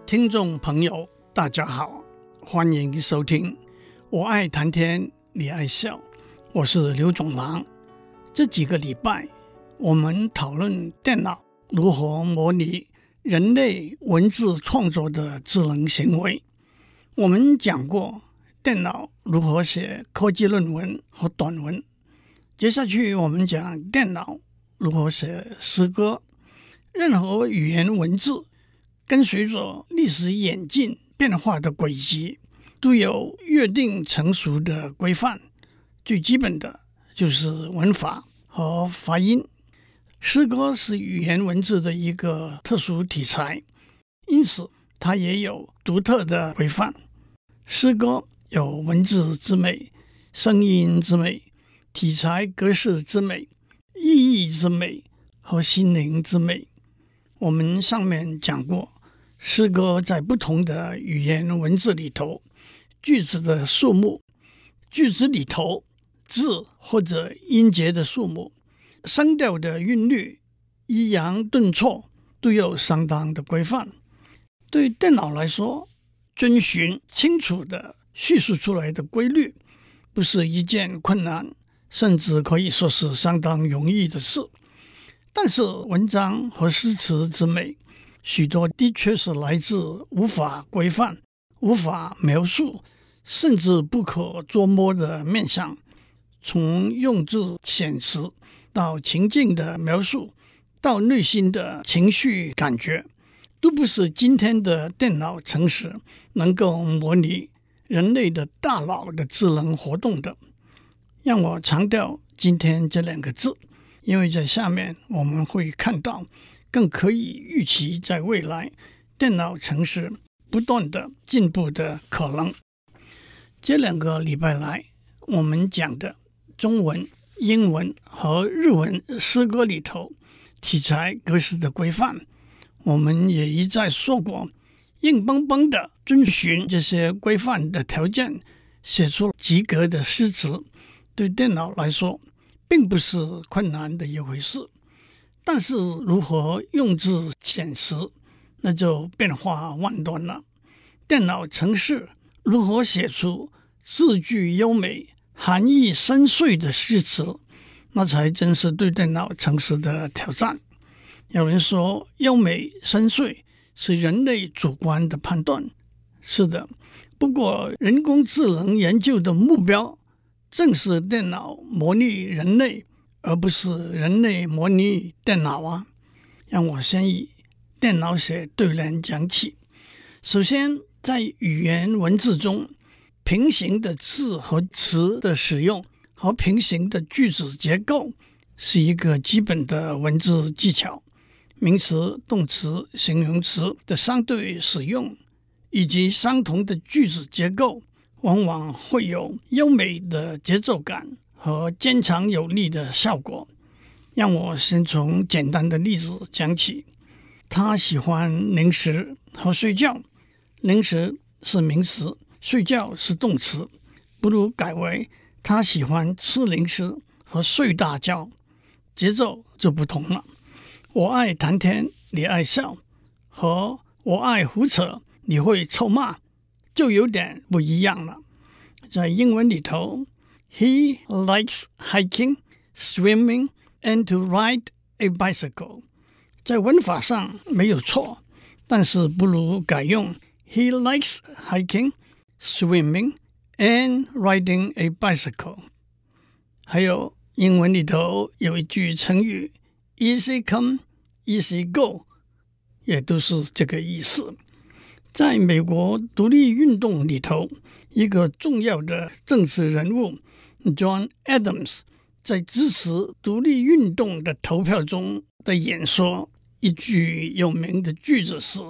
听众朋友大家好，欢迎收听我爱谈天你爱笑，我是刘总郎。这几个礼拜我们讨论电脑如何模拟人类文字创作的智能行为。我们讲过电脑如何写科技论文和短文，接下去我们讲电脑如何写诗歌。任何语言文字跟随着历史演进变化的轨迹，都有约定成熟的规范，最基本的就是文法和发音。诗歌是语言文字的一个特殊题材，因此它也有独特的规范。诗歌有文字之美、声音之美、题材格式之美、意义之美和心灵之美。我们上面讲过，诗歌在不同的语言文字里头，句子的数目、句子里头字或者音节的数目、声调的韵律、抑扬顿挫都有相当的规范。对电脑来说，遵循清楚的叙述出来的规律不是一件困难，甚至可以说是相当容易的事。但是文章和诗词之美，许多的确是来自无法规范、无法描述，甚至不可捉摸的面向。从用字遣词到情境的描述，到内心的情绪感觉，都不是今天的电脑程式能够模拟人类的大脑的智能活动的。让我强调今天这两个字，因为在下面我们会看到更可以预期在未来电脑程式不断的进步的可能。这两个礼拜来我们讲的中文、英文和日文诗歌里头题材格式的规范，我们也一再说过，硬邦邦的遵循这些规范的条件写出及格的诗词，对电脑来说并不是困难的一回事。但是如何用字遣词，那就变化万端了。电脑程式如何写出字句优美、含义深邃的诗词，那才真是对电脑程式的挑战。有人说优美深邃是人类主观的判断，是的，不过人工智能研究的目标正是电脑模拟人类，而不是人类模拟电脑啊。让我先以电脑写对联讲起。首先，在语言文字中，平行的字和词的使用和平行的句子结构是一个基本的文字技巧。名词、动词、形容词的相对使用，以及相同的句子结构，往往会有优美的节奏感和坚强有力的效果。让我先从简单的例子讲起。他喜欢零食和睡觉，零食是名词，睡觉是动词，不如改为他喜欢吃零食和睡大觉，节奏就不同了。我爱谈天你爱笑和我爱胡扯你会臭骂就有点不一样了。在英文里头， He likes hiking, swimming and to ride a bicycle， 在文法上没有错，但是不如改用 He likes hiking, swimming and riding a bicycle。 还有英文里头有一句成语Easy come, easy go， 也都是这个意思。在美国独立运动里头，一个重要的政治人物 John Adams 在支持独立运动的投票中的演说，一句有名的句子是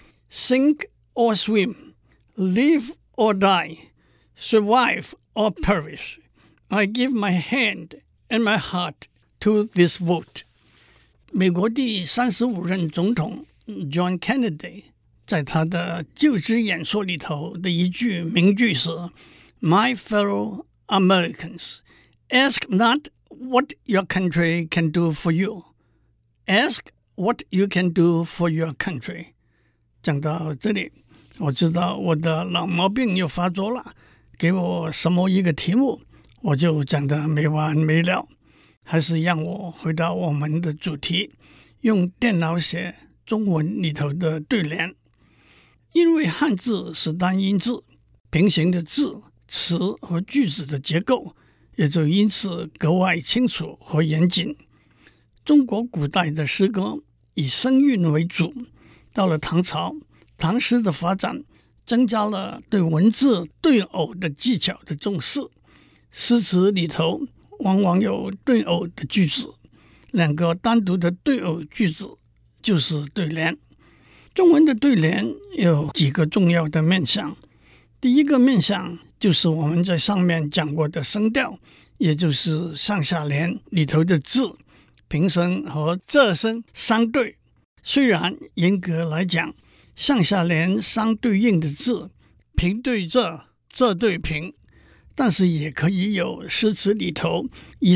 Sink or swim, live or die, survive or perish, I give my hand and my heart to this vote。美国第35任总统 John Kennedy 在他的就职演说里头的一句名句是 My fellow Americans, ask not what your country can do for you, ask what you can do for your country。 讲到这里，我知道我的老毛病又发作了，给我什么一个题目，我就讲得没完没了。还是让我回到我们的主题，用电脑写中文里头的对联。因为汉字是单音字，平行的字、词和句子的结构也就因此格外清楚和严谨。中国古代的诗歌以声韵为主，到了唐朝，唐诗的发展增加了对文字对偶的技巧的重视，诗词里头往往有对偶的句子，两个单独的对偶句子就是对联。中文的对联有几个重要的面向。第一个面向就是我们在上面讲过的声调，也就是上下联里头的字，平声和仄声相对。虽然严格来讲，上下联相对应的字平对仄，仄对平，但是也可以有诗词里头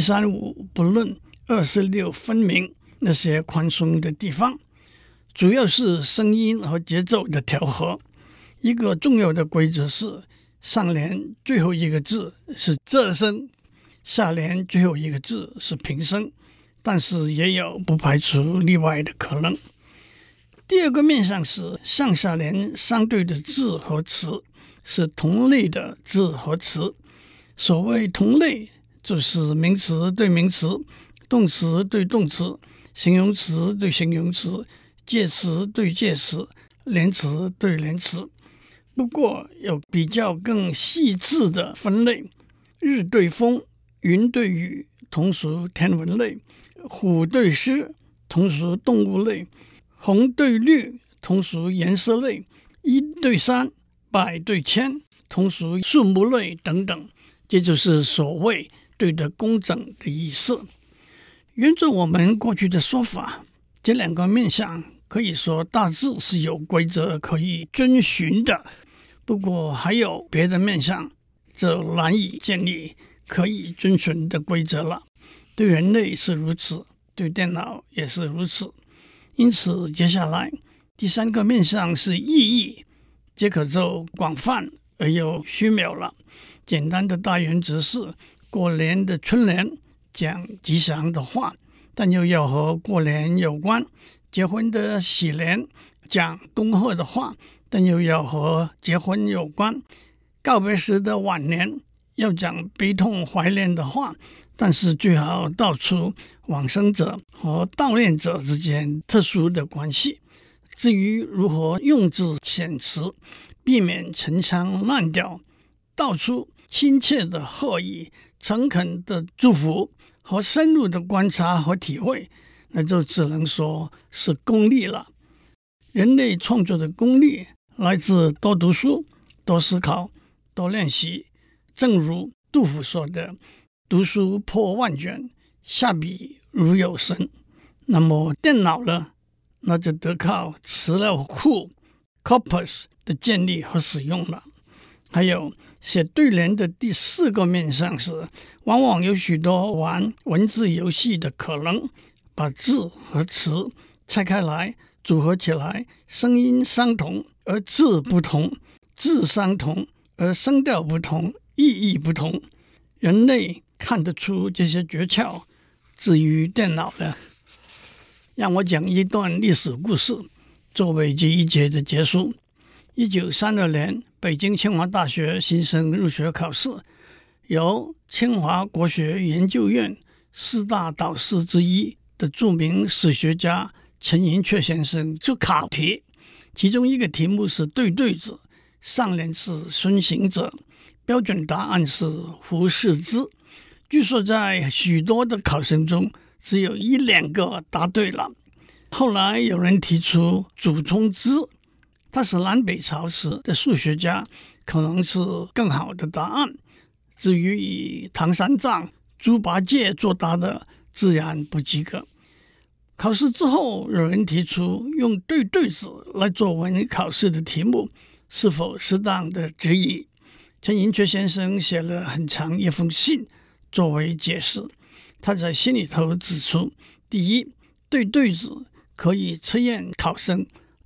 135不论246分明那些宽松的地方，主要是声音和节奏的调和。一个重要的规则是，上联最后一个字是仄声，下联最后一个字是平声，但是也有不排除例外的可能。第二个面向是上下联相对的字和词是同类的字和词。所谓同类，就是名词对名词，动词对动词，形容词对形容词，介词对介词，连词对连词。不过有比较更细致的分类，日对风，云对雨同属天文类，虎对狮同属动物类，红对绿同属颜色类，1对3，百对千同属树木类等等。这就是所谓对得工整的意思。沿着我们过去的说法，这两个面向可以说大致是有规则可以遵循的，不过还有别的面向则难以建立可以遵循的规则了。对人类是如此，对电脑也是如此。因此接下来第三个面向是意义，这可就广泛而又虚渺了。简单的大原则是，过年的春联讲吉祥的话，但又要和过年有关；结婚的喜联讲恭贺的话，但又要和结婚有关；告别时的挽联要讲悲痛怀念的话，但是最好道出往生者和悼念者之间特殊的关系。至于如何用字遣词，避免陈腔滥调，道出亲切的贺意、诚恳的祝福和深入的观察和体会，那就只能说是功力了。人类创作的功力来自多读书、多思考、多练习。正如杜甫说的，读书破万卷，下笔如有神。那么电脑呢？那就得靠词料库 corpus 的建立和使用了。还有写对联的第四个面向是，往往有许多玩文字游戏的可能，把字和词拆开来组合起来，声音相同而字不同，字相同而声调不同，意义不同。人类看得出这些诀窍，至于电脑呢？让我讲一段历史故事，作为这一节的结束。1932年，北京清华大学新生入学考试，由清华国学研究院4大导师之一的著名史学家陈寅恪先生出考题，其中一个题目是对对子，上联是孙行者，标准答案是胡适之。据说在许多的考生中，只有1-2个答对了。后来有人提出祖冲之，他是南北朝时的数学家，可能是更好的答案。至于以唐三藏、猪八戒作答的，自然不及格。考试之后，有人提出用对对子来作为考试的题目，是否适当的质疑。陈寅恪先生写了很长一封信作为解释。他在信里头指出，第一，对对子可以测验考生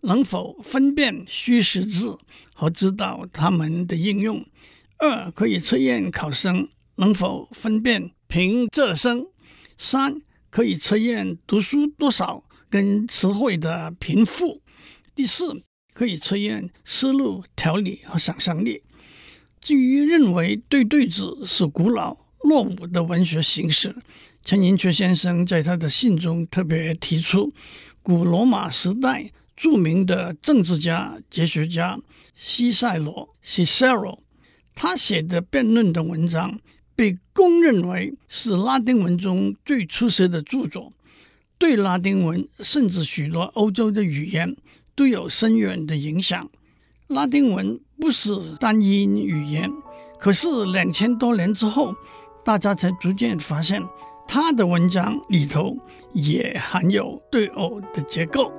能否分辨虚实字和知道它们的应用。2. 可以测验考生能否分辨平仄声。3. 可以测验读书多少跟词汇的贫富。第4，可以测验思路、条理和想象力。至于认为对对子是古老落伍的文学形式，陈寅恪先生在他的信中特别提出，古罗马时代著名的政治家、哲学家西塞罗 Cicero， 他写的辩论的文章被公认为是拉丁文中最出色的著作，对拉丁文甚至许多欧洲的语言都有深远的影响。拉丁文不是单音语言，可是2000多年之后，大家才逐渐发现他的文章里头也含有对偶的结构。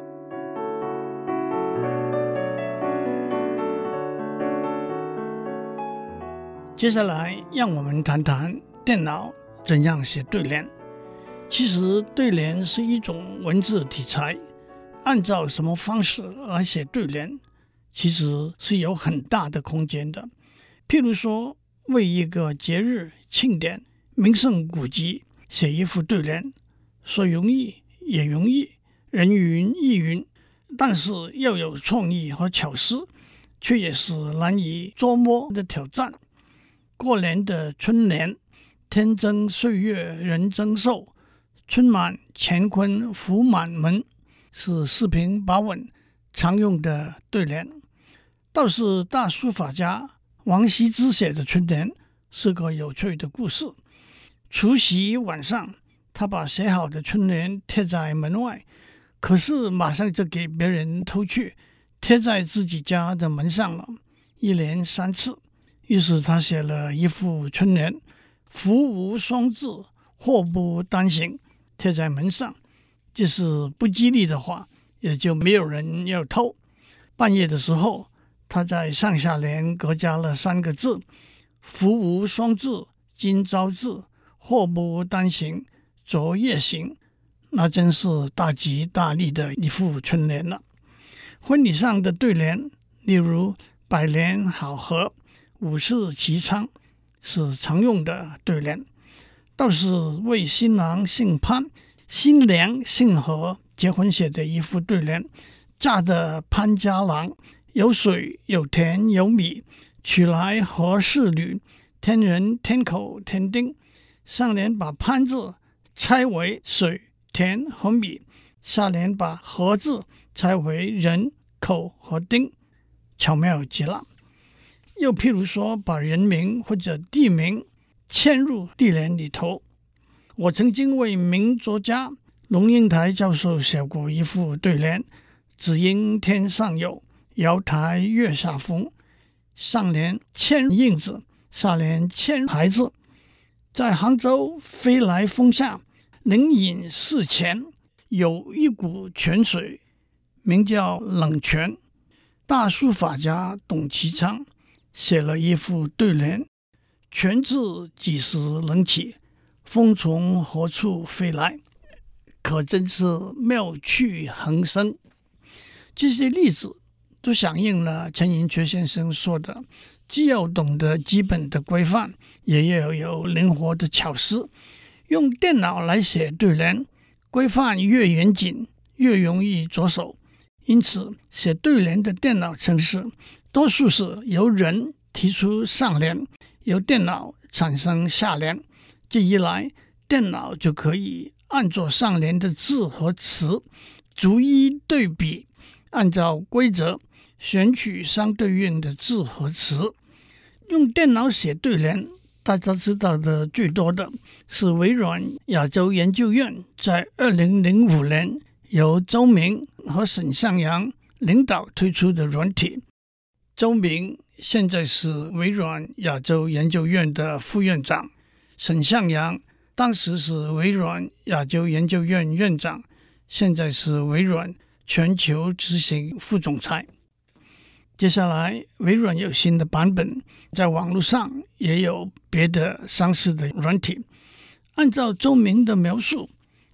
接下来让我们谈谈电脑怎样写对联。其实对联是一种文字题材，按照什么方式来写对联，其实是有很大的空间的。譬如说，为一个节日、庆典、名胜古迹写一副对联，说容易也容易，人云亦云，但是要有创意和巧思，却也是难以捉摸的挑战。过年的春联，天增岁月人增寿，春满乾坤福满门，是四平八稳常用的对联。倒是大书法家王羲之写的春联是个有趣的故事。除夕晚上，他把写好的春联贴在门外，可是马上就给别人偷去，贴在自己家的门上了，一连3次。于是他写了一副春联，福无双至，祸不单行，贴在门上。即使不吉利的话，也就没有人要偷。半夜的时候，他在上下联各加了3个字：福无双至，今朝至，祸不单行，昨夜行。那真是大吉大利的一副春联了。婚礼上的对联，例如百年好合，五世齐昌，是常用的对联。倒是为新郎姓潘、新娘姓何结婚写的一副对联：嫁的潘家郎，有水有田有米，娶来何氏女，天人天口天丁。上联把潘字拆为水、田和米，下联把何字拆为人、口和丁，巧妙极了。又譬如说，把人名或者地名嵌入对联里头。我曾经为名作家龙应台教授写过一副对联：只应天上有，瑶台月下风。上联嵌印子，下联嵌牌子。在杭州飞来峰下，灵隐寺前，有一股泉水，名叫冷泉。大书法家董其昌写了一副对联：泉自几时冷起，风从何处飞来。可真是妙趣横生。这些例子都响应了陈寅恪先生说的，既要懂得基本的规范，也要有灵活的巧思。用电脑来写对联，规范越严谨，越容易着手。因此，写对联的电脑程式多数是由人提出上联，由电脑产生下联。这一来，电脑就可以按照上联的字和词逐一对比，按照规则选取相对应的字和词。用电脑写对联，大家知道的最多的是微软亚洲研究院在2005年由周明和沈向阳领导推出的软体。周明现在是微软亚洲研究院的副院长，沈向阳当时是微软亚洲研究院院长，现在是微软全球执行副总裁。接下来，微软有新的版本，在网络上也有别的相似的软体。按照周明的描述，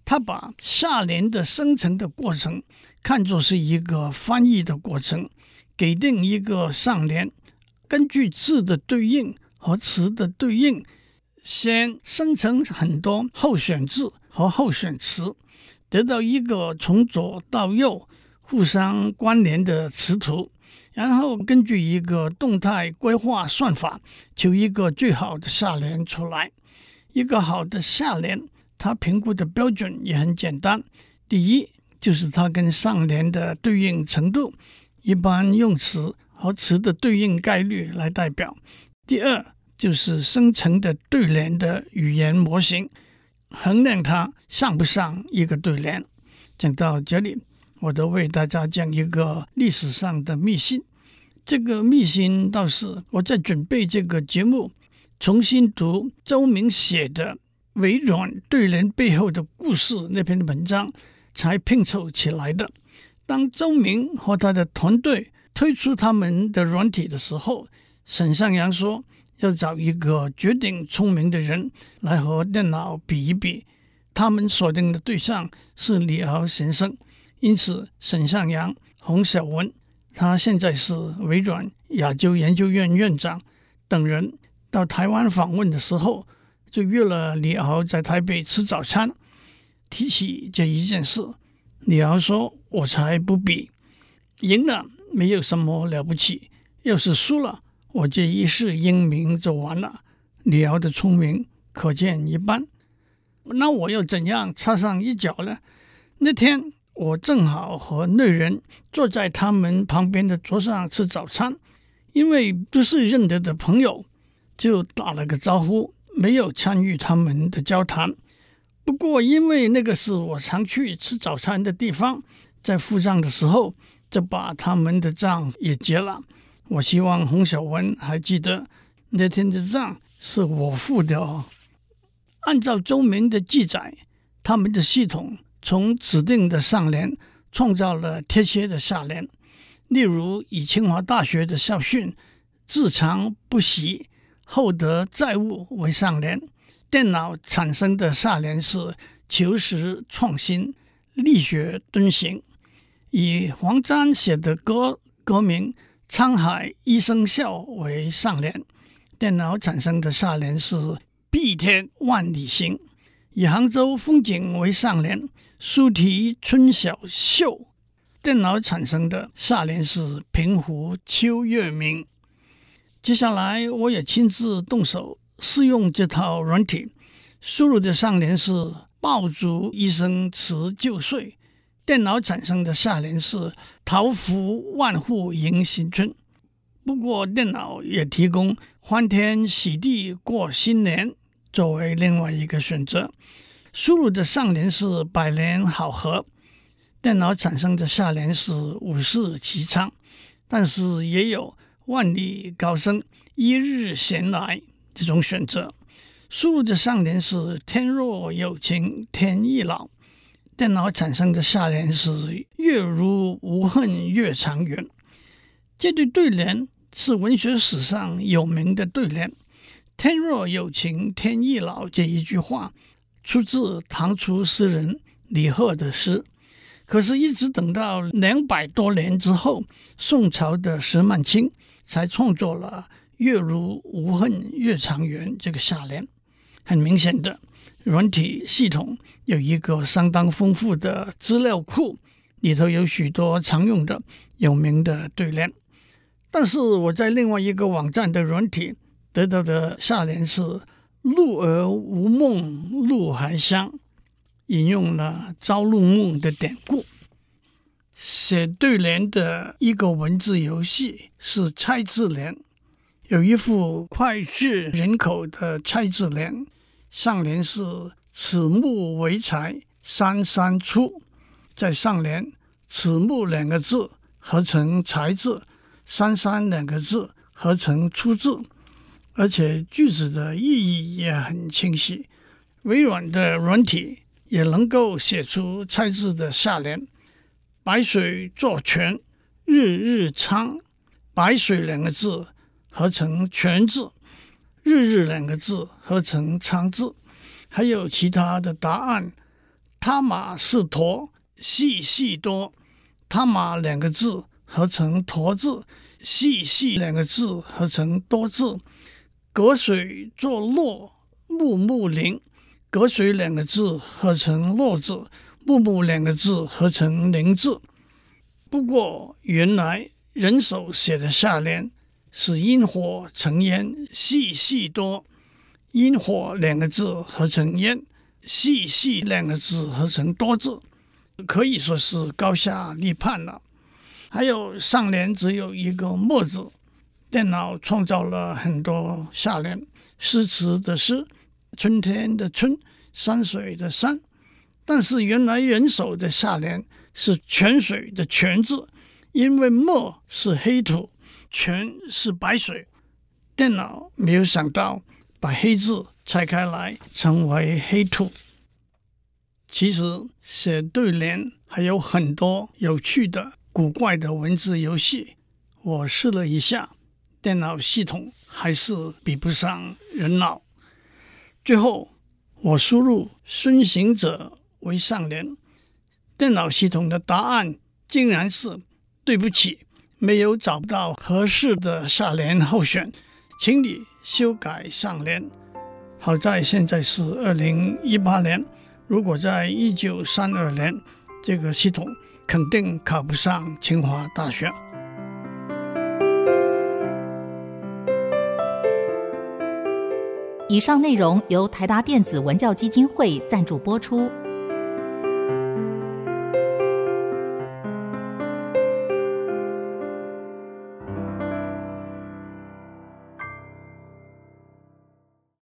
他把下联的生成的过程看作是一个翻译的过程，给定一个上联，根据字的对应和词的对应，先生成很多候选字和候选词，得到一个从左到右互相关联的词图，然后根据一个动态规划算法，求一个最好的下联出来。一个好的下联，它评估的标准也很简单。第一，就是它跟上联的对应程度，一般用词和词的对应概率来代表。第二，就是生成的对联的语言模型，衡量它上不上一个对联。讲到这里，我都为大家讲一个历史上的秘辛。这个秘辛倒是我在准备这个节目，重新读周明写的《微软对联背后的故事》那篇文章才拼凑起来的。当周明和他的团队推出他们的软体的时候，沈向阳说要找一个绝顶聪明的人来和电脑比一比。他们锁定的对象是李敖先生，因此沈向阳、洪小文，他现在是微软亚洲研究院院长等人到台湾访问的时候，就约了李敖在台北吃早餐。提起这一件事，李敖说：“我才不比，赢了没有什么了不起，要是输了，我这一世英名就完了。”李敖的聪明可见一斑。那我又怎样插上一脚呢？那天我正好和那人坐在他们旁边的桌上吃早餐，因为不是认得的朋友，就打了个招呼，没有参与他们的交谈。不过因为那个是我常去吃早餐的地方，在付账的时候就把他们的账也结了。我希望洪小文还记得那天的账是我付的哦。按照周明的记载，他们的系统从指定的上联创造了贴切的下联，例如以清华大学的校训“自强不息，厚德载物”为上联，电脑产生的下联是“求实创新，力学敦行”。以黄沾写的歌名“沧海一声笑”为上联，电脑产生的下联是碧天万里行。以杭州风景为上联，书题春晓秀，电脑产生的下联是平湖秋月明。接下来我也亲自动手试用这套软体，输入的上联是爆竹一声辞旧岁，电脑产生的下联是桃符万户迎新春。不过电脑也提供欢天喜地过新年作为另外一个选择，输入的上联是百年好合，电脑产生的下联是五世齐昌，但是也有万里高升，一日闲来这种选择。输入的上联是天若有情天亦老，电脑产生的下联是月如无恨月长圆。这对对联是文学史上有名的对联，天若有情天亦老这一句话出自唐初诗人李贺的诗，可是一直等到200多年之后，宋朝的石曼卿才创作了月如无恨月长圆这个下联。很明显的，软体系统有一个相当丰富的资料库，里头有许多常用的有名的对联。但是我在另外一个网站的软体得到的下联是鹿儿无梦鹿还乡，引用了朝露暮的典故。写对联的一个文字游戏是猜字联，有一副脍炙人口的猜字联，上联是此木为材三三出，在上联此木2个字合成材字，三三2个字合成出字，而且句子的意义也很清晰。微软的软体也能够写出猜字的下联：白水做泉，日日昌。白水2个字合成泉字，日日2个字合成昌字。还有其他的答案： 他玛是陀，细细多。他玛两个字合成陀字，细细两个字合成多字。隔水作落，木木林。隔水两个字合成落字，木木两个字合成林字。不过原来人手写的下联是因火成烟，细细多。因火两个字合成烟，细细两个字合成多字，可以说是高下立判了。还有上联只有一个墨字，电脑创造了很多下联，诗词的诗，春天的春，山水的山。但是原来人手的下联是泉水的泉字，因为墨是黑土，泉是白水，电脑没有想到把黑字拆开来成为黑土。其实写对联还有很多有趣的古怪的文字游戏，我试了一下，电脑系统还是比不上人脑。最后我输入孙行者为上联，电脑系统的答案竟然是对不起，没有找到合适的下联候选，请你修改上联。好在现在是2018年，如果在1932年，这个系统肯定考不上清华大学。 以上内容由台达电子文教基金会赞助播出。